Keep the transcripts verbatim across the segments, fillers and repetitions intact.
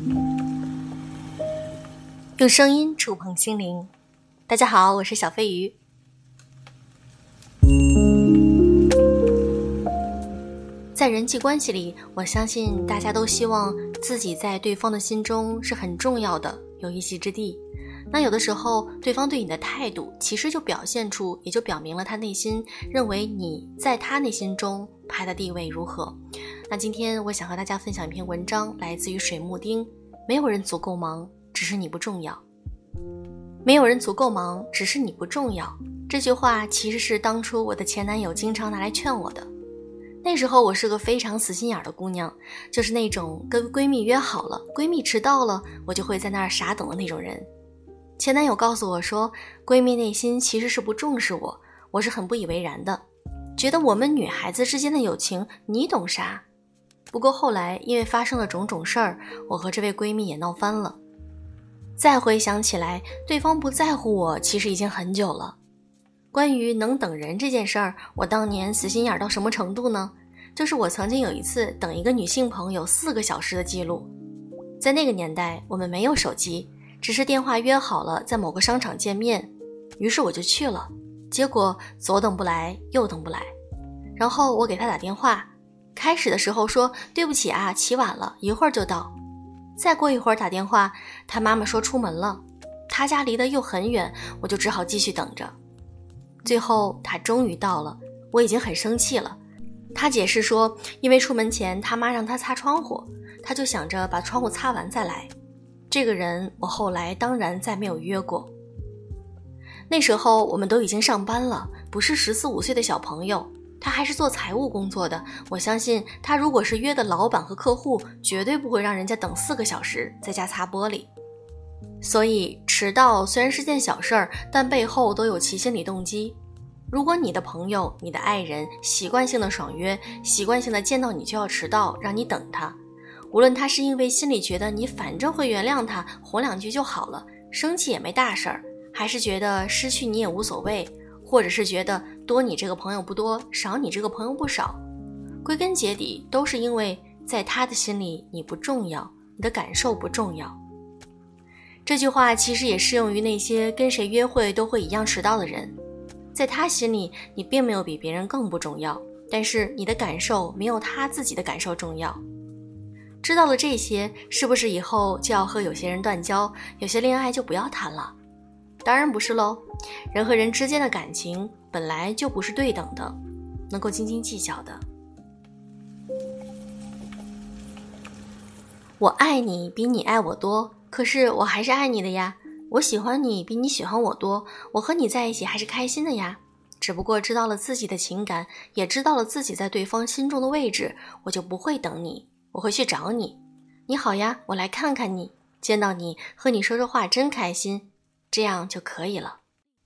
用声音触碰心灵。大家好，我是小飞鱼。在人际关系里，我相信大家都希望自己在对方的心中是很重要的，有一席之地。那有的时候对方对你的态度其实就表现出，也就表明了他内心认为你在他内心中排的地位如何。那今天我想和大家分享一篇文章，来自于水木丁。没有人足够忙，只是你不重要。没有人足够忙，只是你不重要。这句话其实是当初我的前男友经常拿来劝我的。那时候我是个非常死心眼的姑娘，就是那种跟闺蜜约好了，闺蜜迟到了，我就会在那儿傻等的那种人。前男友告诉我说，闺蜜内心其实是不重视我，我是很不以为然的，觉得我们女孩子之间的友情你懂啥？不过后来因为发生了种种事儿，我和这位闺蜜也闹翻了。再回想起来，对方不在乎我其实已经很久了。关于能等人这件事儿，我当年死心眼到什么程度呢？就是我曾经有一次等一个女性朋友四个小时的记录。在那个年代，我们没有手机，只是电话约好了在某个商场见面，于是我就去了。结果左等不来右等不来，然后我给她打电话，开始的时候说对不起啊，起晚了，一会儿就到。再过一会儿打电话，她妈妈说出门了，她家离得又很远，我就只好继续等着。最后她终于到了，我已经很生气了。她解释说，因为出门前她妈让她擦窗户，她就想着把窗户擦完再来。这个人我后来当然再没有约过。那时候我们都已经上班了，不是十四五岁的小朋友，他还是做财务工作的。我相信他如果是约的老板和客户，绝对不会让人家等四个小时在家擦玻璃。所以迟到虽然是件小事儿，但背后都有其心理动机。如果你的朋友、你的爱人习惯性的爽约，习惯性的见到你就要迟到，让你等他，无论他是因为心里觉得你反正会原谅他，哄两句就好了，生气也没大事儿，还是觉得失去你也无所谓，或者是觉得多你这个朋友不多，少你这个朋友不少，归根结底都是因为在他的心里你不重要，你的感受不重要。这句话其实也适用于那些跟谁约会都会一样迟到的人。在他心里你并没有比别人更不重要，但是你的感受没有他自己的感受重要。知道了这些，是不是以后就要和有些人断交，有些恋爱就不要谈了？当然不是咯，人和人之间的感情本来就不是对等的，能够斤斤计较的。我爱你比你爱我多，可是我还是爱你的呀。我喜欢你比你喜欢我多，我和你在一起还是开心的呀。只不过知道了自己的情感，也知道了自己在对方心中的位置，我就不会等你，我会去找你。你好呀，我来看看你，见到你和你说说话真开心，这样就可以了。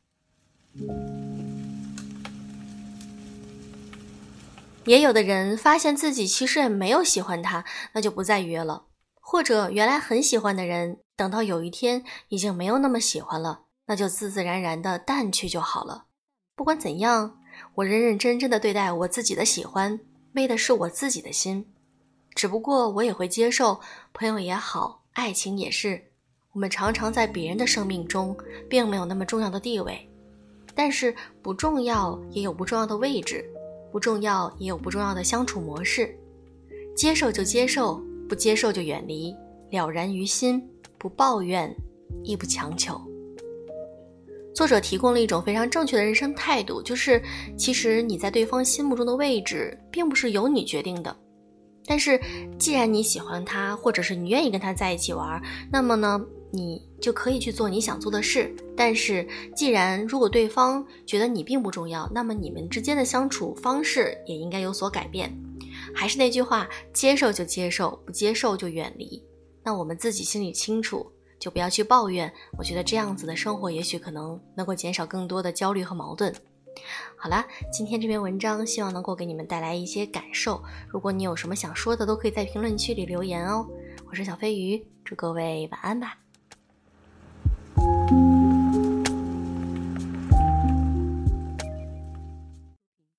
也有的人发现自己其实也没有喜欢他，那就不再约了。或者原来很喜欢的人，等到有一天已经没有那么喜欢了，那就自自然然的淡去就好了。不管怎样，我认认真真的对待我自己的喜欢，为的是我自己的心。只不过我也会接受，朋友也好，爱情也是，我们常常在别人的生命中并没有那么重要的地位，但是不重要也有不重要的位置，不重要也有不重要的相处模式。接受就接受，不接受就远离，了然于心，不抱怨亦不强求。作者提供了一种非常正确的人生态度，就是其实你在对方心目中的位置并不是由你决定的，但是既然你喜欢他，或者是你愿意跟他在一起玩，那么呢你就可以去做你想做的事。但是既然如果对方觉得你并不重要，那么你们之间的相处方式也应该有所改变。还是那句话，接受就接受，不接受就远离。那我们自己心里清楚，就不要去抱怨，我觉得这样子的生活也许可能能够减少更多的焦虑和矛盾。好啦，今天这篇文章希望能够给你们带来一些感受，如果你有什么想说的，都可以在评论区里留言哦。我是小飞鱼，祝各位晚安吧。